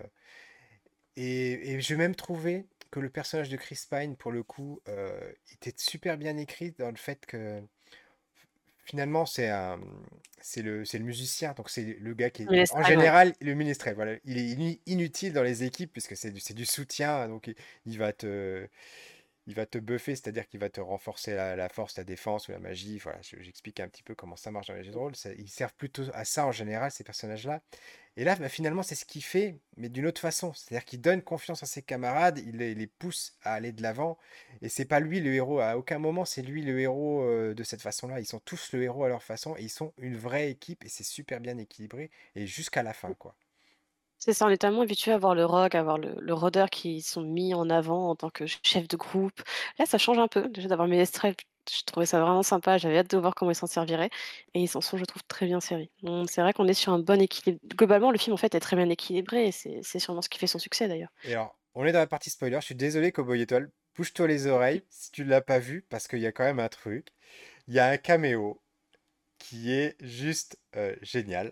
A: et et j'ai même trouvé que le personnage de Chris Pine, pour le coup, heu, était super bien écrit dans le fait que finalement, c'est un, c'est le, c'est le musicien, donc c'est le gars qui est, en
B: Ménestrel, ouais.
A: général, le ministre, voilà, il est ini- inutile dans les équipes puisque c'est du, c'est du soutien, donc il, il va te, il va te buffer, c'est-à-dire qu'il va te renforcer la, la force, la défense ou la magie. Voilà, je- j'explique un petit peu comment ça marche dans les jeux de rôle. ça- Ils servent plutôt à ça en général, ces personnages-là. Et là, bah, finalement, c'est ce qu'il fait, mais d'une autre façon. C'est-à-dire qu'il donne confiance à ses camarades, il les, les pousse à aller de l'avant. Et c'est pas lui le héros. À aucun moment, c'est lui le héros euh, de cette façon-là. Ils sont tous le héros à leur façon et ils sont une vraie équipe et c'est super bien équilibré. Et jusqu'à la fin, quoi.
B: C'est ça, on est tellement habitué à voir le rogue, à voir le le rôdeur qui sont mis en avant en tant que chef de groupe. Là, ça change un peu, déjà d'avoir Ménestrel, je trouvais ça vraiment sympa, j'avais hâte de voir comment il s'en servirait et ils s'en sont, je trouve, très bien servis. Donc c'est vrai qu'on est sur un bon équilibre. Globalement, le film, en fait, est très bien équilibré et c'est c'est sûrement ce qui fait son succès, d'ailleurs.
A: Et alors, on est dans la partie spoiler. Je suis désolé, Cowboy Étoile. Bouge-toi les oreilles si tu ne l'as pas vu, parce qu'il y a quand même un truc. Il y a un caméo qui est juste euh, génial.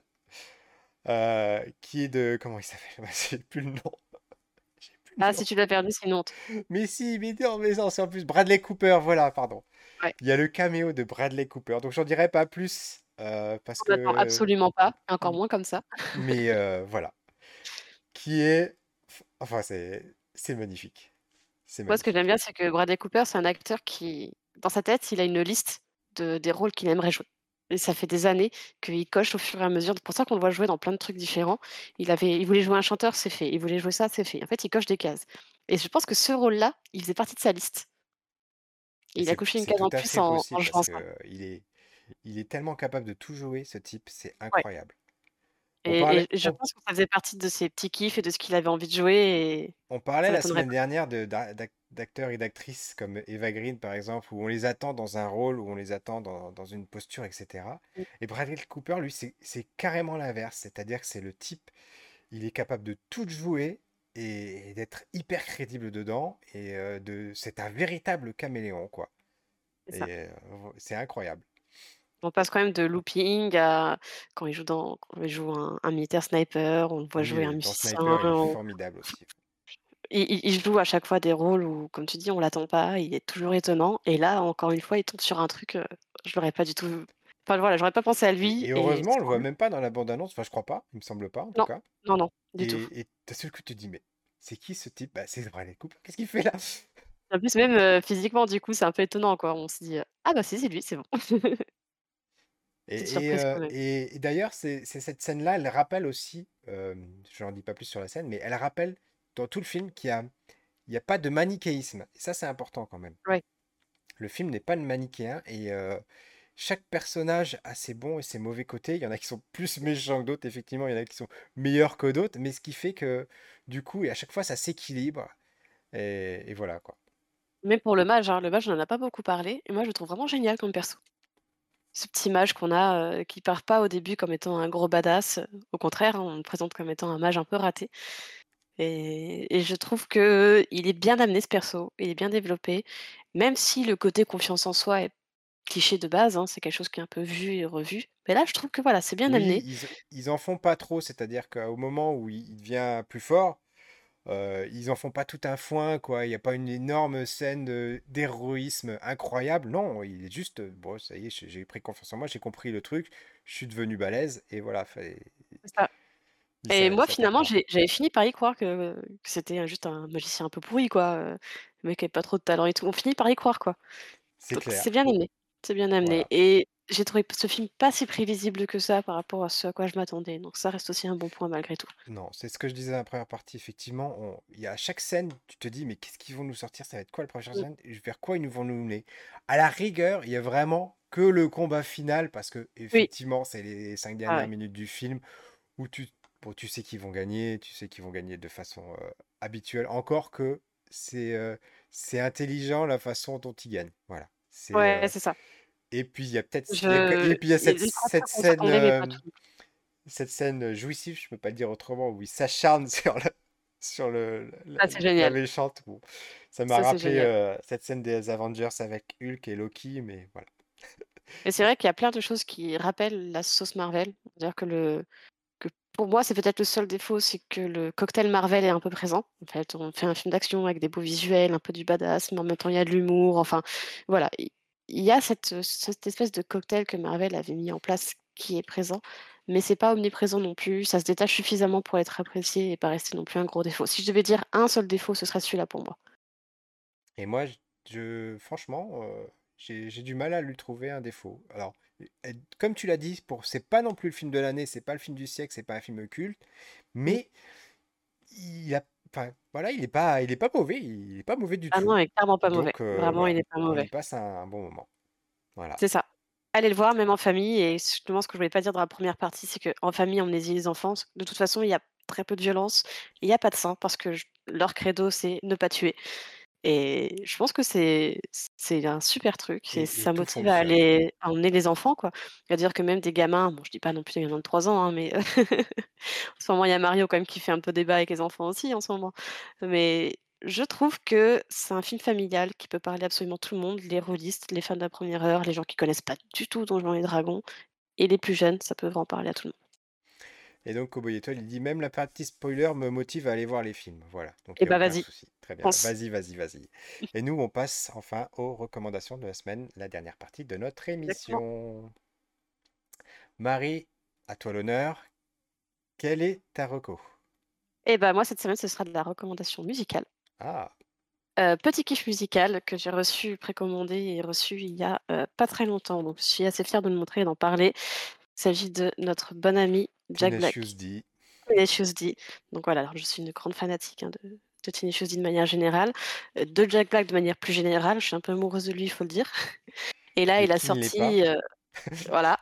A: euh, qui est de. Comment il s'appelle? Bah, j'ai plus le nom. J'ai plus
B: Ah,
A: le nom.
B: si tu l'as perdu, c'est une honte.
A: Mais si, mais non, mais non, c'est en plus Bradley Cooper, voilà, pardon.
B: Ouais,
A: Il y a le caméo de Bradley Cooper. Donc j'en dirai pas plus euh, parce
B: on n'attend
A: que.
B: absolument pas, et encore moins comme ça.
A: Mais euh, voilà. Qui est. Enfin, c'est c'est magnifique. C'est
B: Moi, ce que j'aime
A: magnifique.
B: bien, c'est que Bradley Cooper, c'est un acteur qui, dans sa tête, il a une liste de des rôles qu'il aimerait jouer et ça fait des années qu'il coche au fur et à mesure. C'est pour ça qu'on le voit jouer dans plein de trucs différents. Il avait il voulait jouer un chanteur, c'est fait. Il voulait jouer ça, c'est fait. En fait, il coche des cases et je pense que ce rôle-là, il faisait partie de sa liste et
A: Et
B: il a
A: c'est
B: coché une
A: c'est
B: case
A: tout
B: en
A: à
B: plus
A: fait
B: en en
A: possible parce
B: jouant
A: que
B: ça.
A: euh, il est, il est tellement capable de tout jouer, ce type, c'est
B: Ouais
A: incroyable. On
B: et
A: parlait,
B: et je
A: on,
B: pense que ça faisait partie de ses petits kiffs et de ce qu'il avait envie de jouer et
A: on parlait
B: ça
A: la
B: m'étonnerait
A: semaine
B: pas.
A: dernière de, d'a- d'ac- d'acteurs et d'actrices comme Eva Green, par exemple, où on les attend dans un rôle, où on les attend dans, dans une posture, et cetera.
B: Mmh,
A: Et Bradley Cooper, lui, c'est c'est carrément l'inverse. C'est-à-dire que c'est le type, il est capable de tout jouer et, et d'être hyper crédible dedans. Et euh, de, c'est un véritable caméléon, quoi.
B: c'est ça.
A: Et euh, c'est incroyable.
B: On passe quand même de looping à quand il joue dans quand il joue un un militaire sniper, on le voit
A: Oui,
B: jouer un
A: euh, dans
B: musicien,
A: Sniper, il est
B: on
A: formidable aussi.
B: il il il joue à chaque fois des rôles où, comme tu dis, on l'attend pas, il est toujours étonnant et là, encore une fois, il tombe sur un truc, heu, je l'aurais pas du tout enfin voilà, j'aurais pas pensé à
A: Et,
B: lui
A: et
B: et
A: heureusement, on
B: c'est
A: le voit
B: cool.
A: même pas dans la bande-annonce. Enfin, je crois pas, il me semble pas, en tout
B: Non,
A: cas.
B: non, non, du tout.
A: Et et tu seul coup, tu te dis: «Mais c'est qui ce type?» «Bah, c'est Bradley Cooper, qu'est-ce qu'il fait là?»
B: En plus, même, heu, physiquement, du coup, c'est un peu étonnant, quoi. On se dit, heu: «Ah bah si, c'est lui, c'est bon». Petite
A: Et et
B: surprise
A: heu
B: quand même.
A: et et d'ailleurs, c'est c'est cette scène-là, elle rappelle aussi, hem, je n'en dis pas plus sur la scène, mais elle rappelle dans tout le film qu'il y a il y a pas de manichéisme et ça, c'est important quand même.
B: Ouais,
A: Le film n'est pas manichéen et heu, chaque personnage a ses bons et ses mauvais côtés. Il y en a qui sont plus méchants que d'autres, effectivement, il y en a qui sont meilleurs que d'autres, mais ce qui fait que, du coup et à chaque fois, ça s'équilibre et et voilà, quoi.
B: même pour le mage, hein, le mage, on en a pas beaucoup parlé et moi, je le trouve vraiment génial comme perso. Ce petit mage qu'on a, heu, qui part pas au début comme étant un gros badass, heu, au contraire, hein, on le présente comme étant un mage un peu raté et et je trouve qu'il est bien amené ce perso, il est bien développé, même si le côté confiance en soi est cliché de base, hein, c'est quelque chose qui est un peu vu et revu. Mais là, je trouve que voilà, c'est bien
A: Oui,
B: amené.
A: ils ils en font pas trop, c'est-à-dire qu'au moment où il il devient plus fort, Euh, ils en font pas tout un foin, quoi. Il n'y a pas une énorme scène de- d'héroïsme incroyable. Non, il est juste, euh, bon, ça y est, j'ai j'ai pris confiance en moi, j'ai compris le truc, je suis devenu balèze, et voilà, fallait,
B: C'est ça. Et
A: ça,
B: moi,
A: ça
B: finalement,
A: t'apprend.
B: j'ai j'avais fini par y croire que que c'était juste un magicien un peu pourri, quoi, heu, le mec avait pas trop de talent et tout. On finit par y croire, quoi.
A: C'est
B: Donc
A: clair.
B: c'est bien amené, c'est bien amené
A: Voilà.
B: et j'ai trouvé ce film pas si prévisible que ça par rapport à ce à quoi je m'attendais, donc ça reste aussi un bon point malgré tout.
A: Non, c'est ce que je disais dans la première partie, effectivement. on- Il y a à chaque scène, tu te dis, mais qu'est-ce qu'ils vont nous sortir? Ça va être quoi la prochaine
B: Mmh,
A: scène? Et vers quoi ils nous vont nous mener? À la rigueur, il y a vraiment que le combat final, parce que
B: oui,
A: effectivement, c'est les cinq
B: ah
A: dernières
B: ouais.
A: minutes du film où tu, bon, tu sais qu'ils vont gagner, tu sais qu'ils vont gagner de façon euh, habituelle. Encore que c'est euh, c'est intelligent la façon dont ils gagnent. Voilà. C'est
B: Ouais,
A: euh,
B: c'est ça.
A: et puis il y a peut-être il y a que-
B: Je
A: et puis il y a
B: les
A: cette,
B: les phrases
A: cette
B: qu'on se
A: scène
B: répondait, mais pas
A: euh,
B: tout.
A: cette scène jouissive, je peux pas le dire autrement, où il s'acharne sur le, sur le, la,
B: Ça, c'est
A: la
B: génial.
A: méchante. Bon, ça m'a
B: Ça, c'est
A: rappelé
B: génial.
A: euh, cette scène des Avengers avec Hulk et Loki, mais voilà.
B: Et c'est vrai qu'il y a plein de choses qui rappellent la sauce Marvel. C'est-à-dire que le que pour moi, c'est peut-être le seul défaut, c'est que le cocktail Marvel est un peu présent. En fait, on fait un film d'action avec des beaux visuels, un peu du badass, mais en même temps, il y a de l'humour. Enfin, voilà, il il y a cette, cette espèce de cocktail que Marvel avait mis en place qui est présent, mais c'est pas omniprésent non plus. Ça se détache suffisamment pour être apprécié et pas rester non plus un gros défaut. Si je devais dire un seul défaut, ce serait celui-là pour moi.
A: Et moi, je, je- franchement, euh, j'ai j'ai du mal à lui trouver un défaut. Alors, euh, comme tu l'as dit, pour c'est pas non plus le film de l'année, c'est pas le film du siècle, c'est pas un film culte,
B: Mm.
A: mais il a, enfin, voilà, il est pas, il est pas mauvais, il est pas mauvais du
B: Ah non,
A: tout.
B: il est clairement pas mauvais.
A: Donc euh,
B: Vraiment, il
A: voilà,
B: est pas
A: on y
B: mauvais.
A: passe un, un bon moment. Voilà.
B: C'est ça. Allez le voir, même en famille et justement ce que je voulais pas dire dans la première partie, c'est qu'en famille, emmenez-y les enfants. De toute façon, il y a très peu de violence, il y a pas de sang parce que j leur credo, c'est ne pas tuer et je pense que c'est c'est un super truc et
A: Et, et
B: ça
A: tout
B: motive à
A: fonctionne.
B: aller à emmener les enfants, quoi. C'est-à-dire que même des gamins, bon, je dis pas non plus des gamins de trois ans, hein, mais en ce moment, il y a Mario quand même qui fait un peu débat avec les enfants aussi en ce moment. Mais je trouve que c'est un film familial qui peut parler à absolument tout le monde, les rôlistes, les fans de la première heure, les gens qui connaissent pas du tout Donjons et Dragons et les plus jeunes, ça peut vraiment parler à tout le monde.
A: Et donc, Cowboy Étoile, il dit même la partie spoiler me motive à aller voir les films. Voilà, donc il
B: Et
A: n'y a
B: bah,
A: aucun
B: vas-y,
A: souci. Très bien.
B: fonce.
A: Vas-y, vas-y, vas-y. Et nous, on passe enfin aux recommandations de la semaine, la dernière partie de notre
B: Exactement.
A: émission. Marie, à toi l'honneur. Quelle est ta reco?
B: Et bah, moi, cette semaine, ce sera de la recommandation musicale.
A: Ah,
B: Heu, petit kiff musical que j'ai reçu, précommandé et reçu il y a, heu, pas très longtemps, donc je suis assez fière de le montrer et d'en parler. Il s'agit de notre bon ami Jack
A: Tenacious
B: Black.
A: D.
B: Tenacious D. Donc voilà, alors je suis une grande fanatique, hein, de de Tenacious D de manière générale, heu, de Jack Black de manière plus générale. Je suis un peu amoureuse de lui, il faut le dire. Et là,
A: De
B: il a
A: qui ne l'est pas?
B: sorti, heu voilà.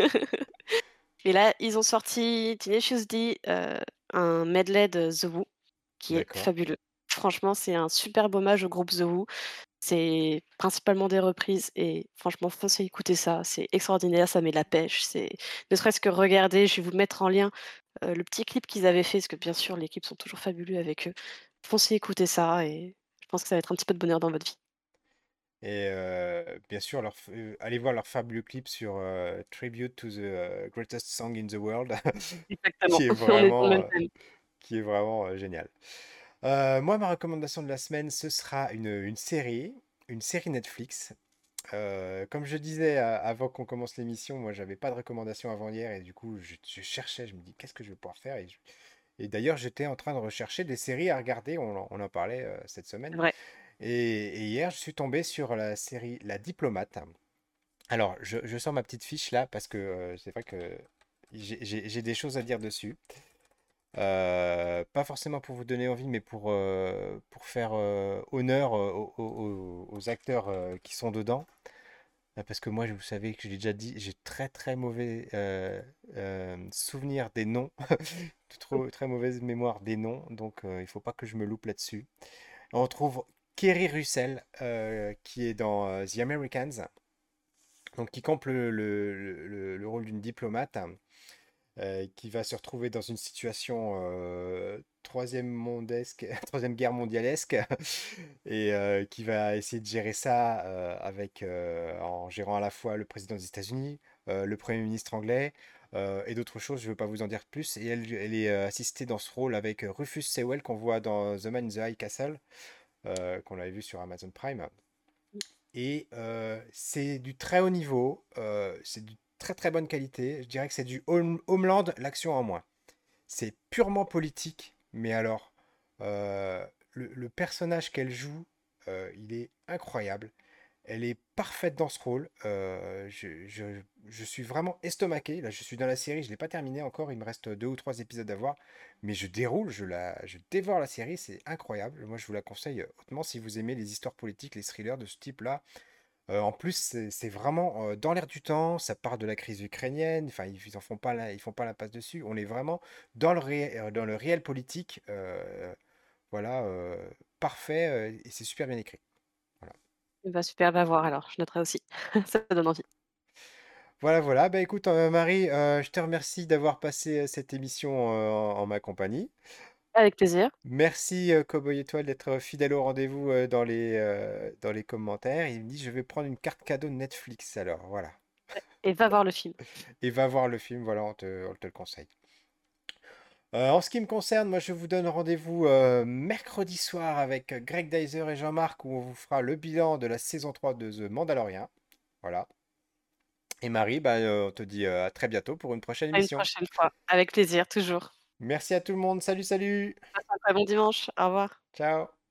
B: Et là, ils ont sorti Tenacious D, heu, un medley de The Who qui est
A: D'accord.
B: fabuleux. Franchement, c'est un superbe hommage au groupe The Who. C'est principalement des reprises et franchement, foncez écouter ça, c'est extraordinaire, ça met la pêche, c'est ne serait-ce que regarder, je vais vous mettre en lien, heu, le petit clip qu'ils avaient fait, parce que bien sûr l'équipe sont toujours fabuleux avec eux. Foncez écouter ça et je pense que ça va être un petit peu de bonheur dans votre vie.
A: Et euh, bien sûr, leur, f- euh, allez voir leur fabuleux clip sur euh, Tribute to the euh, Greatest Song in the World,
B: Exactement,
A: qui est
B: on est dans le
A: vraiment,
B: même
A: euh,
B: thème.
A: qui est vraiment euh, génial. Euh, moi, ma recommandation de la semaine, ce sera une, une série, une série Netflix. Euh, comme je disais euh, avant qu'on commence l'émission, moi, j'avais pas de recommandation avant hier et du coup, je, je cherchais, je me dis, qu'est-ce que je vais pouvoir faire? Et, je- et d'ailleurs, j'étais en train de rechercher des séries à regarder, on, en on en parlait euh, cette
B: C'est
A: semaine.
B: vrai.
A: Et, et hier, je suis tombé sur la série La Diplomate. Alors, je, je sors ma petite fiche là parce que euh, c'est vrai que j'ai j'ai- j'ai des choses à dire dessus. Euh, pas forcément pour vous donner envie, mais pour, euh, pour faire euh, honneur euh, aux, aux- aux acteurs euh, qui sont dedans. Euh, Parce que moi, vous savez que je l'ai déjà dit, j'ai très très mauvais euh, euh, souvenir des noms, trop, très mauvaise mémoire des noms, donc euh, il faut pas que je me loupe là-dessus. On trouve Kerry Russell euh, qui est dans euh, The Americans, donc qui campe le, le- le- le- le rôle d'une diplomate euh, qui va se retrouver dans une situation euh, troisième mondesque, troisième guerre mondialesque, et euh, qui va essayer de gérer ça euh, avec, euh, en gérant à la fois le président des États-Unis, euh, le Premier ministre anglais, euh, et d'autres choses, je ne veux pas vous en dire plus. Et elle, elle est euh, assistée dans ce rôle avec euh, Rufus Sewell qu'on voit dans The Man in the High Castle, euh, qu'on avait vu sur Amazon Prime. Et euh, c'est du très haut niveau, euh, c'est du très très bonne qualité. Je dirais que c'est du Home- Homeland, l'action en moins. C'est purement politique, mais alors, euh, le, le personnage qu'elle joue, euh, il est incroyable. Elle est parfaite dans ce rôle. Euh, je, je- je suis vraiment estomaqué. Là, je suis dans la série, je ne l'ai pas terminée encore. Il me reste deux ou trois épisodes à voir. Mais je déroule, je, la, je dévore la série. C'est incroyable. Moi, je vous la conseille hautement si vous aimez les histoires politiques, les thrillers de ce type-là. Euh, en plus, c'est c'est vraiment euh, dans l'air du temps. Ça part de la crise ukrainienne. Enfin, ils, ils en font pas la, ils font pas la passe dessus. On est vraiment dans le, ré- euh, dans le réel politique. Euh, voilà, euh, parfait. Euh, et c'est super bien écrit. Voilà.
B: Eh bah, super, va voir alors, je noterai aussi. Ça donne envie.
A: Voilà, voilà. Bah écoute, euh, Marie, euh, je te remercie d'avoir passé euh, cette émission euh, en, en ma compagnie.
B: Avec plaisir
A: Merci, euh, Cowboy Étoile, d'être euh, fidèle au rendez-vous euh, dans les, euh, dans les commentaires. Il me dit, je vais prendre une carte cadeau de Netflix. Alors, voilà.
B: et va voir le film.
A: Et va voir le film, voilà, on te, on te le conseille. Euh, en ce qui me concerne, moi, je vous donne rendez-vous euh, mercredi soir avec Greg Dyser et Jean-Marc, où on vous fera le bilan de la saison trois de The Mandalorian. Voilà. Et Marie, bah, euh, on te dit euh, à très bientôt pour une prochaine
B: À une
A: émission.
B: prochaine fois. Avec plaisir, toujours.
A: Merci à tout le monde. Salut, salut.
B: Passe un très bon dimanche. Au revoir.
A: Ciao.